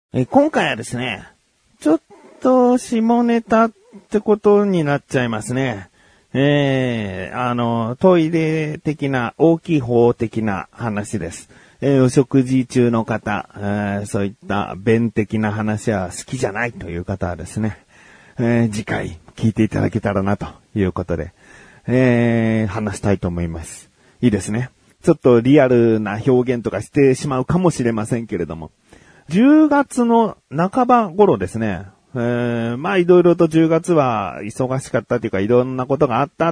今回はですね、ちょっと下ネタってことになっちゃいますね。トイレ的な、大きい方的な話です。お食事中の方、そういった便的な話は好きじゃないという方はですね、次回聞いていただけたらなということで、話したいと思います。いいですね。ちょっとリアルな表現とかしてしまうかもしれませんけれども、10月の半ば頃ですね。まあいろいろと10月は忙しかったというかいろんなことがあったって、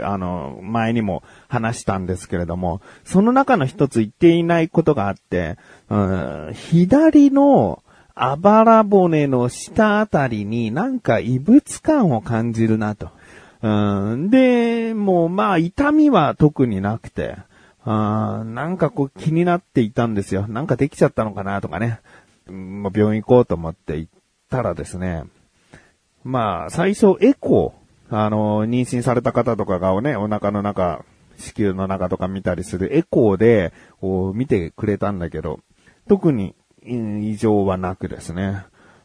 前にも話したんですけれども、その中の一つ言っていないことがあって、左のあばら骨の下あたりになんか異物感を感じるなと。で、もうまあ痛みは特になくて、なんかこう気になっていたんですよ。なんかできちゃったのかなとかね。病院行こうと思って行ったらですね、まあ最初エコー、妊娠された方とかがね、お腹の中、子宮の中とか見たりするエコーで見てくれたんだけど、特に異常はなくですね。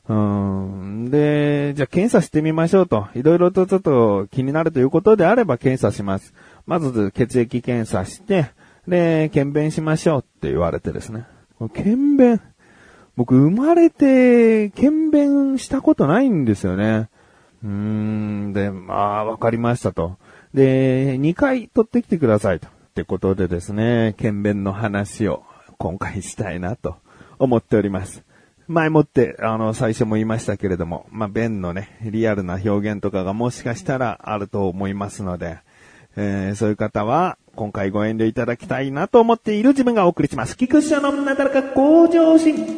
で、じゃあ検査してみましょうと。いろいろとちょっと気になるということであれば検査します。まず血液検査して、で、検便しましょうって言われてですね。検便、僕生まれて検便したことないんですよね。で、まあわかりましたと。で、2回取ってきてくださいと。ってことでですね、検便の話を今回したいなと思っております。前もって、最初も言いましたけれども、まあ、便のね、リアルな表現とかがもしかしたらあると思いますので、そういう方は、今回ご遠慮いただきたいなと思っている自分がお送りします。菊池のなだらか向上心。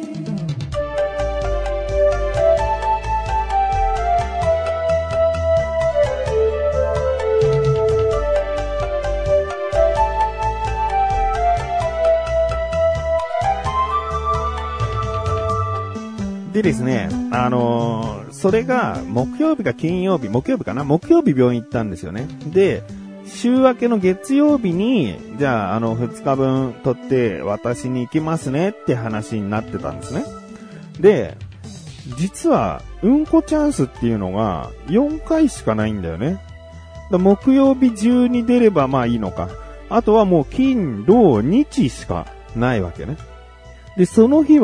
でですね、それが木曜日か金曜日、木曜日病院行ったんですよね。で、週明けの月曜日に、じゃあ、2日分取って私に行きますねって話になってたんですね。で、実は、うんこチャンスっていうのが4回しかないんだよね。木曜日中に出ればまあいいのか。あとはもう金、土、日しかないわけね。で、その日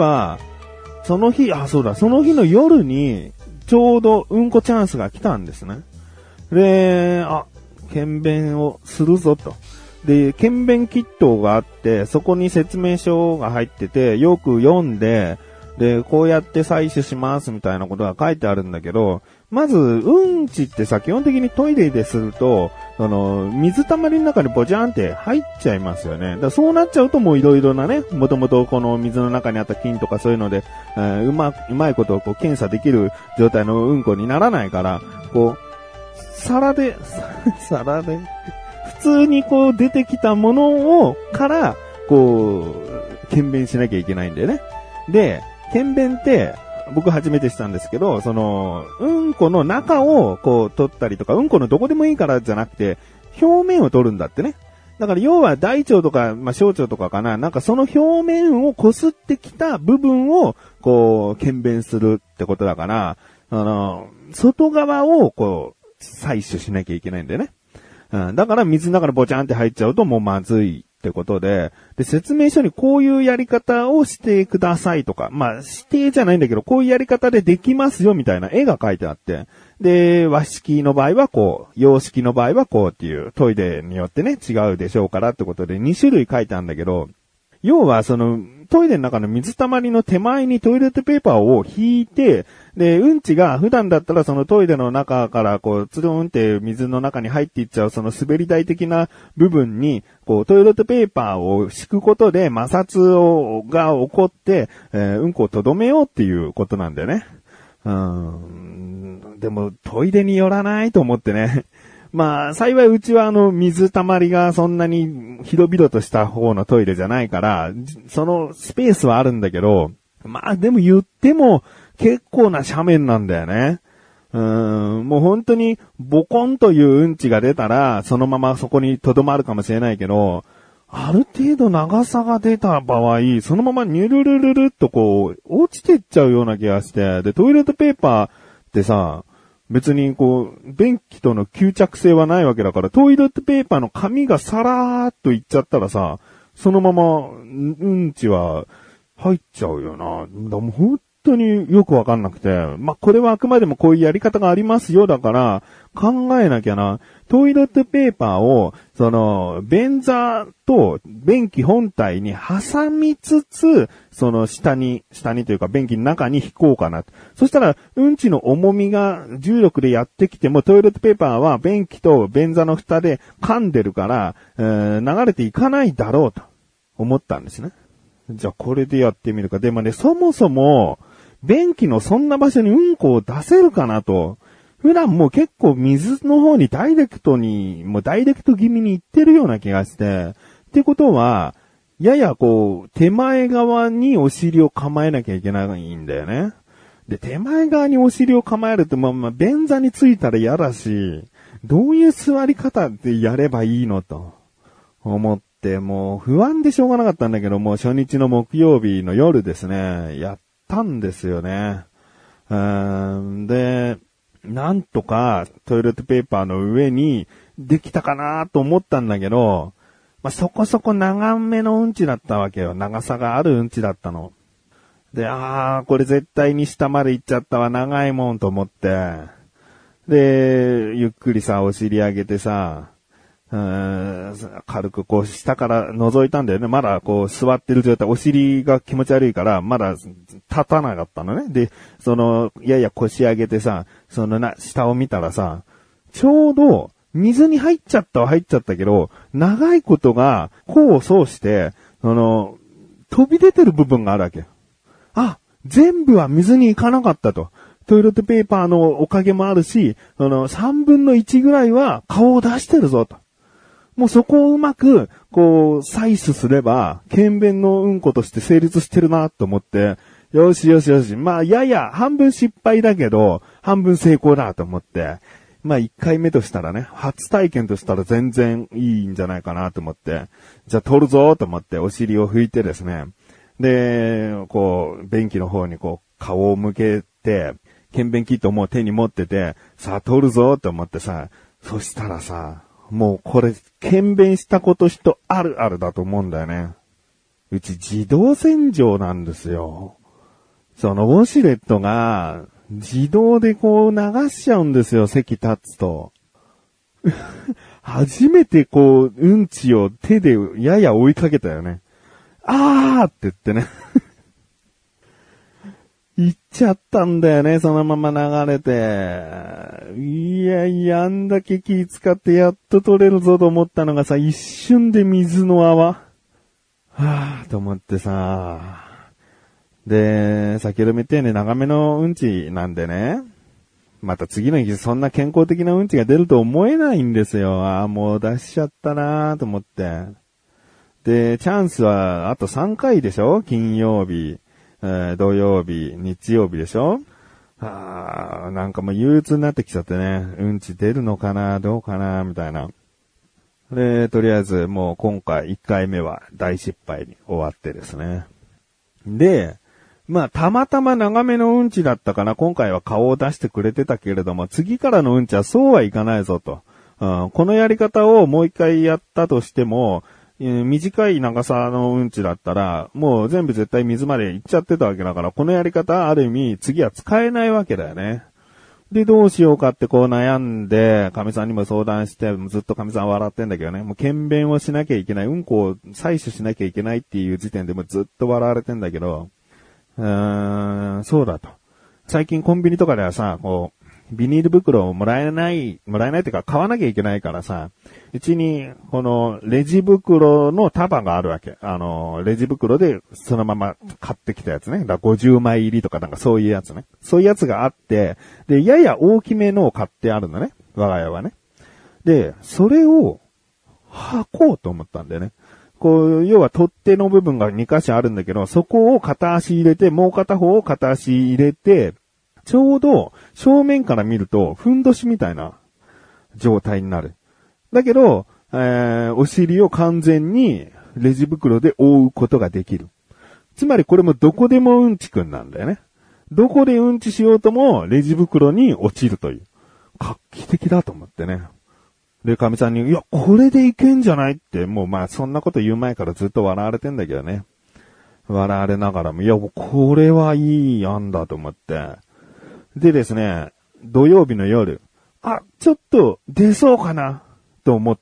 の夜に、ちょうどうんこチャンスが来たんですね。で、検便をするぞと。で、検便キットがあって、そこに説明書が入ってて、よく読んで、で、こうやって採取しますみたいなことが書いてあるんだけど、まず、うんちってさ、基本的にトイレですると、水たまりの中にボジャンって入っちゃいますよね。だからそうなっちゃうともういろいろなね、もともとこの水の中にあった菌とかそういうので、うまいことをこう検査できる状態のうんこにならないから、こう、皿で、普通にこう出てきたものから、こう、検便しなきゃいけないんだよね。で、検便って、僕初めてしたんですけど、うんこの中をこう取ったりとか、うんこのどこでもいいからじゃなくて、表面を取るんだってね。だから要は大腸とか、まあ、小腸とかかな、なんかその表面を擦ってきた部分を、こう、検便するってことだから、外側をこう、採取しなきゃいけないんだよね。だから水の中にボチャンって入っちゃうともうまずいってことで、説明書にこういうやり方をしてくださいとか、まあ、指定じゃないんだけど、こういうやり方でできますよみたいな絵が描いてあって、で、和式の場合はこう、洋式の場合はこうっていう、トイレによってね、違うでしょうからってことで2種類書いてあるんだけど、要はトイレの中の水たまりの手前にトイレットペーパーを引いて、で、うんちが普段だったらそのトイレの中からこう、つるんって水の中に入っていっちゃうその滑り台的な部分に、こう、トイレットペーパーを敷くことで摩擦が起こって、うんこをとどめようっていうことなんだよね。でもトイレによらないと思ってね。まあ、幸いうちは水たまりがそんなに広々とした方のトイレじゃないから、そのスペースはあるんだけど、まあでも言っても結構な斜面なんだよね。もう本当にボコンといううんちが出たら、そのままそこに留まるかもしれないけど、 ある程度長さが出た場合、そのままニュルルルルっとこう、落ちてっちゃうような気がして、で、トイレットペーパーってさ、別にこう、便器との吸着性はないわけだから、トイレットペーパーの紙がさらーっといっちゃったらさ、そのまま、うんちは入っちゃうよな。だもう本当によくわかんなくて、これはあくまでもこういうやり方がありますよだから、考えなきゃな。トイレットペーパーを、便座と便器本体に挟みつつ、下にというか便器の中に引こうかな。そしたら、うんちの重みが重力でやってきても、トイレットペーパーは便器と便座の蓋で噛んでるから、流れていかないだろうと思ったんですね。じゃあこれでやってみるか。でもね、そもそも、便器のそんな場所にうんこを出せるかなと。普段もう結構水の方にダイレクト気味に行ってるような気がして。ってことは、ややこう、手前側にお尻を構えなきゃいけないんだよね。で、手前側にお尻を構えると、便座についたら嫌だし、どういう座り方でやればいいのと思って、もう不安でしょうがなかったんだけど、もう初日の木曜日の夜ですね、やったんですよね。で、なんとかトイレットペーパーの上にできたかなと思ったんだけど、そこそこ長めのうんちだったわけよ。長さがあるうんちだったの。で、これ絶対に下まで行っちゃったわ、長いもんと思って。で、ゆっくりさ、お尻上げてさ、軽くこう下から覗いたんだよね。まだこう座ってる状態、お尻が気持ち悪いからまだ立たなかったのね。で、やや腰上げてさ、下を見たらさ、ちょうど水に入っちゃったけど、長いことが功を奏して、飛び出てる部分があるわけ。全部は水に行かなかったと。トイレットペーパーのおかげもあるし、3分の1ぐらいは顔を出してるぞと。もうそこをうまく、こう、採取すれば、検便のうんことして成立してるなと思って、よし。やや半分失敗だけど、半分成功だと思って、1回目としたらね、初体験としたら全然いいんじゃないかなと思って、じゃあ取るぞと思ってお尻を拭いてですね、で、こう、便器の方にこう、顔を向けて、検便キットをもう手に持ってて、さあ取るぞと思ってさ、そしたらさ、もうこれ、検便したこと人あるあるだと思うんだよね。うち自動洗浄なんですよ。ウォシュレットが自動でこう流しちゃうんですよ、席立つと。初めてこう、うんちを手でやや追いかけたよね。って言ってね。行っちゃったんだよね、そのまま流れて。あんだけ気使ってやっと取れるぞと思ったのがさ、一瞬で水の泡。と思ってさ。で、先ほども言ったように長めのうんちなんでね。また次の日そんな健康的なうんちが出ると思えないんですよ。もう出しちゃったなと思って。で、チャンスはあと3回でしょ？金曜日。土曜日、日曜日でしょ？なんかもう憂鬱になってきちゃってね。うんち出るのかなどうかなみたいな。で、とりあえずもう今回1回目は大失敗に終わってですね。で、たまたま長めのうんちだったかな。今回は顔を出してくれてたけれども、次からのうんちはそうはいかないぞと。このやり方をもう一回やったとしても、短い長さのうんちだったら、もう全部絶対水まで行っちゃってたわけだから、このやり方ある意味次は使えないわけだよね。で、どうしようかってこう悩んで、神さんにも相談して、ずっと神さん笑ってんだけどね、もう検便をしなきゃいけない、うんこを採取しなきゃいけないっていう時点でもうずっと笑われてんだけど、そうだと。最近コンビニとかではさ、こう、ビニール袋をもらえないっていうか買わなきゃいけないからさ、うちにこのレジ袋の束があるわけ。レジ袋でそのまま買ってきたやつね。だから50枚入りとかなんかそういうやつね。そういうやつがあって、で、やや大きめのを買ってあるのね。我が家はね。で、それを履こうと思ったんだよね。こう、要は取っ手の部分が2箇所あるんだけど、そこを片足入れて、もう片方を片足入れて、ちょうど正面から見ると、ふんどしみたいな状態になる。だけど、お尻を完全にレジ袋で覆うことができる。つまりこれもどこでもうんちくんなんだよね。どこでうんちしようともレジ袋に落ちるという。画期的だと思ってね。で、かみさんに、いや、これでいけんじゃないって、もうまあそんなこと言う前からずっと笑われてんだけどね。笑われながらも、いや、これはいい案だと思って。でですね、土曜日の夜、ちょっと出そうかなと思って、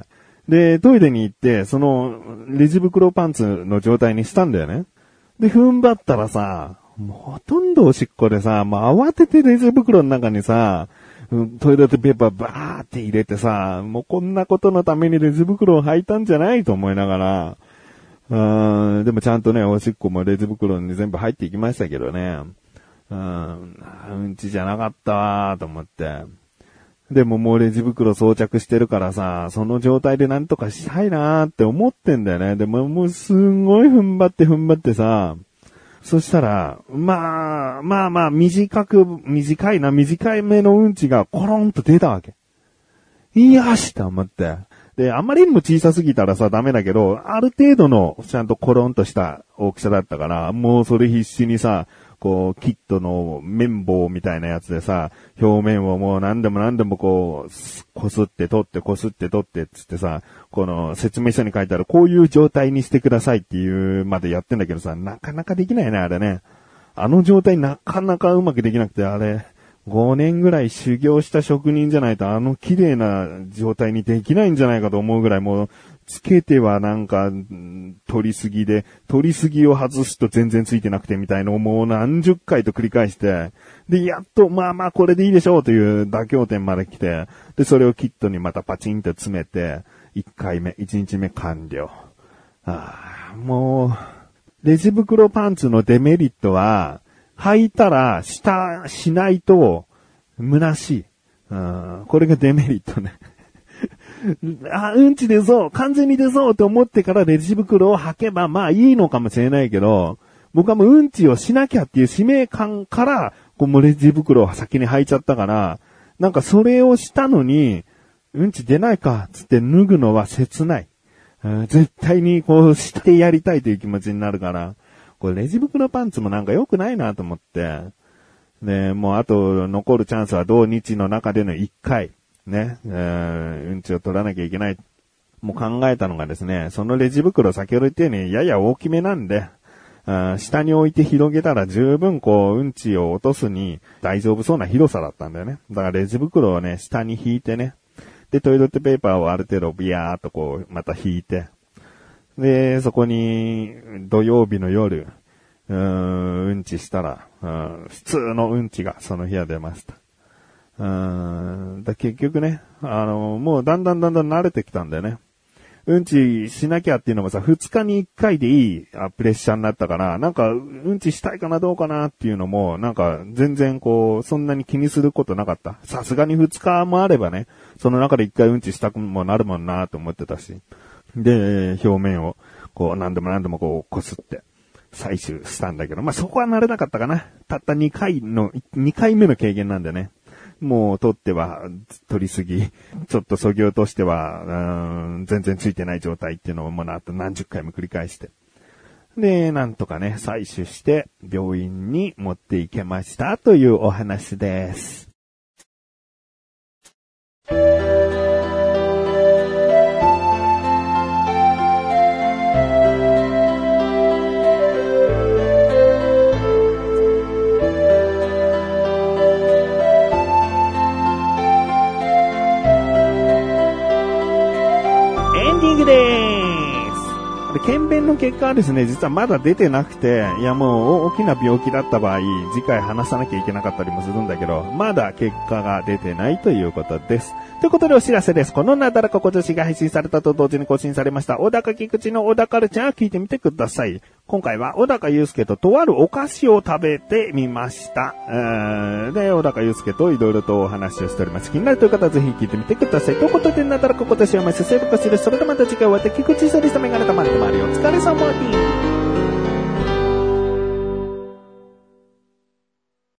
で、トイレに行って、その、レジ袋パンツの状態にしたんだよね。で、踏ん張ったらさ、もうほとんどおしっこでさ、もう慌ててレジ袋の中にさ、トイレットペーパーバーって入れてさ、もうこんなことのためにレジ袋を履いたんじゃないと思いながら、でもちゃんとね、おしっこもレジ袋に全部入っていきましたけどね。うんちじゃなかったわーと思って。でももうレジ袋装着してるからさ、その状態でなんとかしたいなーって思ってんだよね。でももうすんごい踏ん張ってさ、そしたら、まあ、短い目のうんちがコロンと出たわけ。いやしと思って。で、あんまりにも小さすぎたらさ、ダメだけど、ある程度の、ちゃんとコロンとした大きさだったから、もうそれ必死にさ、こう、キットの綿棒みたいなやつでさ、表面をもう何でもこう、こすって取ってつってさ、この説明書に書いてあるこういう状態にしてくださいっていうまでやってんだけどさ、なかなかできないね、あれね。あの状態なかなかうまくできなくて、あれ、5年ぐらい修行した職人じゃないとあの綺麗な状態にできないんじゃないかと思うぐらいもう、つけてはなんか、取りすぎを外すと全然ついてなくてみたいのをもう何十回と繰り返して、で、やっと、まあこれでいいでしょうという妥協点まで来て、で、それをキットにまたパチンと詰めて、1日目完了。もう、レジ袋パンツのデメリットは、履いたら、しないと、虚しい。これがデメリットね。うんち出そう、完全に出そうと思ってからレジ袋を履けばまあいいのかもしれないけど、僕はもううんちをしなきゃっていう使命感から、こうもうレジ袋を先に履いちゃったから、なんかそれをしたのに、うんち出ないか、つって脱ぐのは切ない。絶対にこうしてやりたいという気持ちになるから、これレジ袋パンツもなんか良くないなと思って、で、もうあと残るチャンスは同日の中での1回。ね、うんちを取らなきゃいけない。もう考えたのがですね、そのレジ袋先ほど言ったようにやや大きめなんで、下に置いて広げたら十分こううんちを落とすに大丈夫そうな広さだったんだよね。だからレジ袋をね、下に引いてね、で、トイレットペーパーをある程度ビヤーっとこうまた引いて、で、そこに土曜日の夜、うんちしたら、普通のうんちがその日は出ました。結局ね、もうだんだん慣れてきたんだよね。うんちしなきゃっていうのもさ、2日に1回でいいプレッシャーになったから、なんか、うんちしたいかなどうかなっていうのも、なんか、全然こう、そんなに気にすることなかった。さすがに2日もあればね、その中で1回うんちしたくもなるもんなと思ってたし。で、表面を、こう、何度もこう、こすって、採取したんだけど、まあ、そこは慣れなかったかな。たった2回目の経験なんだよね。もう取っては取りすぎ、ちょっと削ぎ落としては、全然ついてない状態っていうのをもうあと何十回も繰り返して。で、なんとかね、採取して病院に持っていけましたというお話です。検便の結果はですね、実はまだ出てなくて、いやもう大きな病気だった場合、次回話さなきゃいけなかったりもするんだけど、まだ結果が出てないということです。ということでお知らせです。このなだらか小女子が配信されたと同時に更新されました、小高菊池の小高カルチャー聞いてみてください。今回は小高祐介ととあるお菓子を食べてみました。で、小高祐介といろいろとお話をしております。気になるという方はぜひ聞いてみてください。ということでなだらか小女子をまいすせるかしです。それでまた次回お会いでき菊池処理したメガネたまりとまりお疲れ様です。